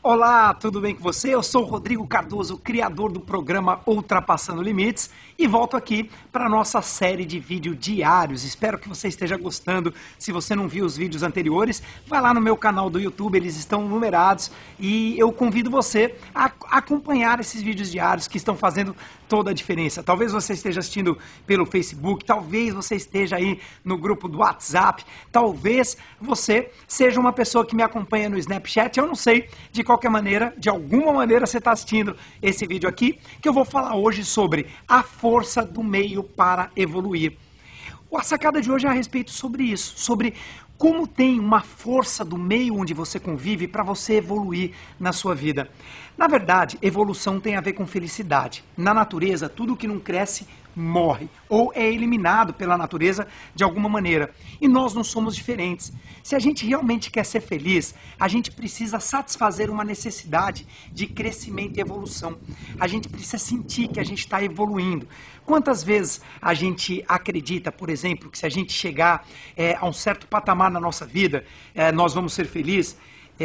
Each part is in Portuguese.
Olá, tudo bem com você? Eu sou o Rodrigo Cardoso, criador do programa Ultrapassando Limites e volto aqui para a nossa série de vídeos diários. Espero que você esteja gostando. Se você não viu os vídeos anteriores, vai lá no meu canal do YouTube, eles estão numerados e eu convido você a acompanhar esses vídeos diários que estão fazendo toda a diferença. Talvez você esteja assistindo pelo Facebook, talvez você esteja aí no grupo do WhatsApp, talvez você seja uma pessoa que me acompanha no Snapchat, eu não sei. De qualquer maneira, de alguma maneira você está assistindo esse vídeo aqui, que eu vou falar hoje sobre a força do meio para evoluir. A sacada de hoje é a respeito sobre isso, sobre como tem uma força do meio onde você convive para você evoluir na sua vida. Na verdade, evolução tem a ver com felicidade. Na natureza, tudo que não cresce morre ou é eliminado pela natureza de alguma maneira. E nós não somos diferentes. Se a gente realmente quer ser feliz, a gente precisa satisfazer uma necessidade de crescimento e evolução. A gente precisa sentir que a gente está evoluindo. Quantas vezes a gente acredita, por exemplo, que se a gente chegar a um certo patamar na nossa vida, nós vamos ser felizes,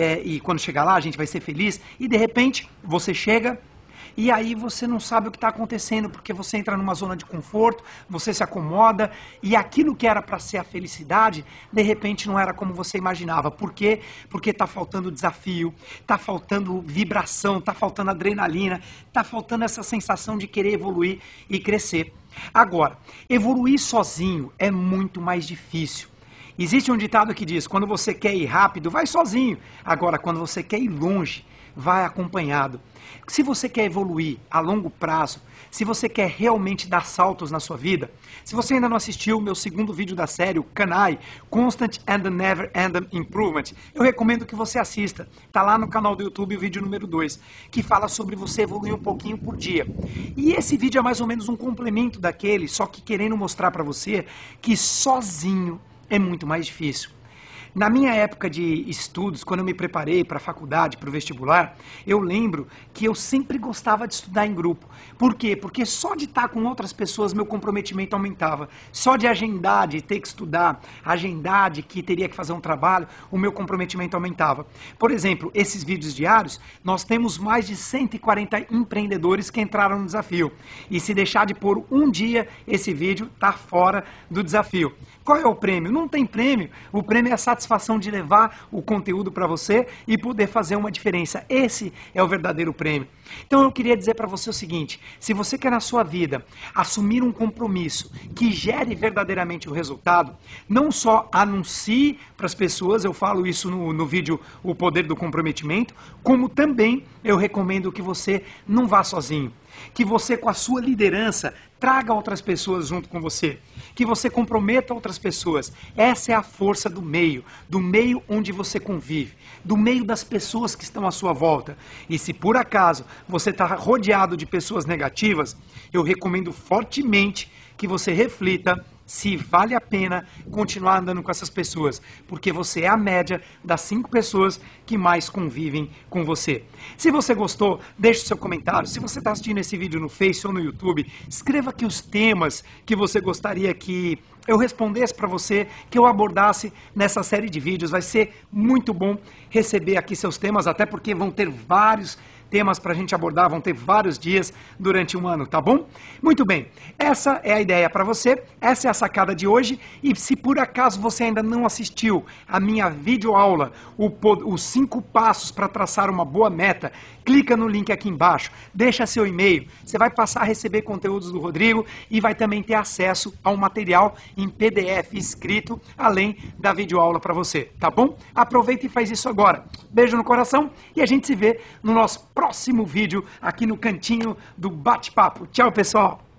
e quando chegar lá a gente vai ser feliz, e de repente você chega e aí você não sabe o que está acontecendo, porque você entra numa zona de conforto, você se acomoda, e aquilo que era para ser a felicidade, de repente não era como você imaginava. Por quê? Porque está faltando desafio, está faltando vibração, está faltando adrenalina, está faltando essa sensação de querer evoluir e crescer. Agora, evoluir sozinho é muito mais difícil. Existe um ditado que diz, quando você quer ir rápido, vai sozinho. Agora, quando você quer ir longe, vai acompanhado. Se você quer evoluir a longo prazo, se você quer realmente dar saltos na sua vida, se você ainda não assistiu o meu segundo vídeo da série, o Kanai, Constant and Never Ending Improvement, eu recomendo que você assista. Está lá no canal do YouTube o vídeo número 2, que fala sobre você evoluir um pouquinho por dia. E esse vídeo é mais ou menos um complemento daquele, só que querendo mostrar para você que sozinho é muito mais difícil. Na minha época de estudos, quando eu me preparei para a faculdade, para o vestibular, eu lembro que eu sempre gostava de estudar em grupo. Por quê? Porque só de estar com outras pessoas meu comprometimento aumentava. Só de agendar, de ter que estudar, agendar de que teria que fazer um trabalho, o meu comprometimento aumentava. Por exemplo, esses vídeos diários, nós temos mais de 140 empreendedores que entraram no desafio. E se deixar de pôr um dia, esse vídeo está fora do desafio. Qual é o prêmio? Não tem prêmio. O prêmio é a satisfação de levar o conteúdo para você e poder fazer uma diferença. Esse é o verdadeiro prêmio. Então eu queria dizer para você o seguinte, se você quer na sua vida assumir um compromisso que gere verdadeiramente o resultado, não só anuncie para as pessoas, eu falo isso no vídeo O Poder do Comprometimento, como também eu recomendo que você não vá sozinho. Que você, com a sua liderança, traga outras pessoas junto com você. Que você comprometa outras pessoas. Essa é a força do meio onde você convive, do meio das pessoas que estão à sua volta. E se por acaso você está rodeado de pessoas negativas, eu recomendo fortemente que você reflita se vale a pena continuar andando com essas pessoas, porque você é a média das 5 pessoas que mais convivem com você. Se você gostou, deixe seu comentário. Se você está assistindo esse vídeo no Face ou no YouTube, escreva aqui os temas que você gostaria que eu respondesse para você, que eu abordasse nessa série de vídeos. Vai ser muito bom receber aqui seus temas, até porque vão ter vários temas para a gente abordar, vão ter vários dias durante um ano, tá bom? Muito bem, essa é a ideia para você, essa é a sacada de hoje, e se por acaso você ainda não assistiu a minha videoaula, os 5 passos para traçar uma boa meta, clica no link aqui embaixo, deixa seu e-mail, você vai passar a receber conteúdos do Rodrigo e vai também ter acesso a um material em PDF escrito, além da videoaula para você, tá bom? Aproveita e faz isso agora. Beijo no coração e a gente se vê no nosso próximo vídeo aqui no cantinho do bate-papo. Tchau, pessoal!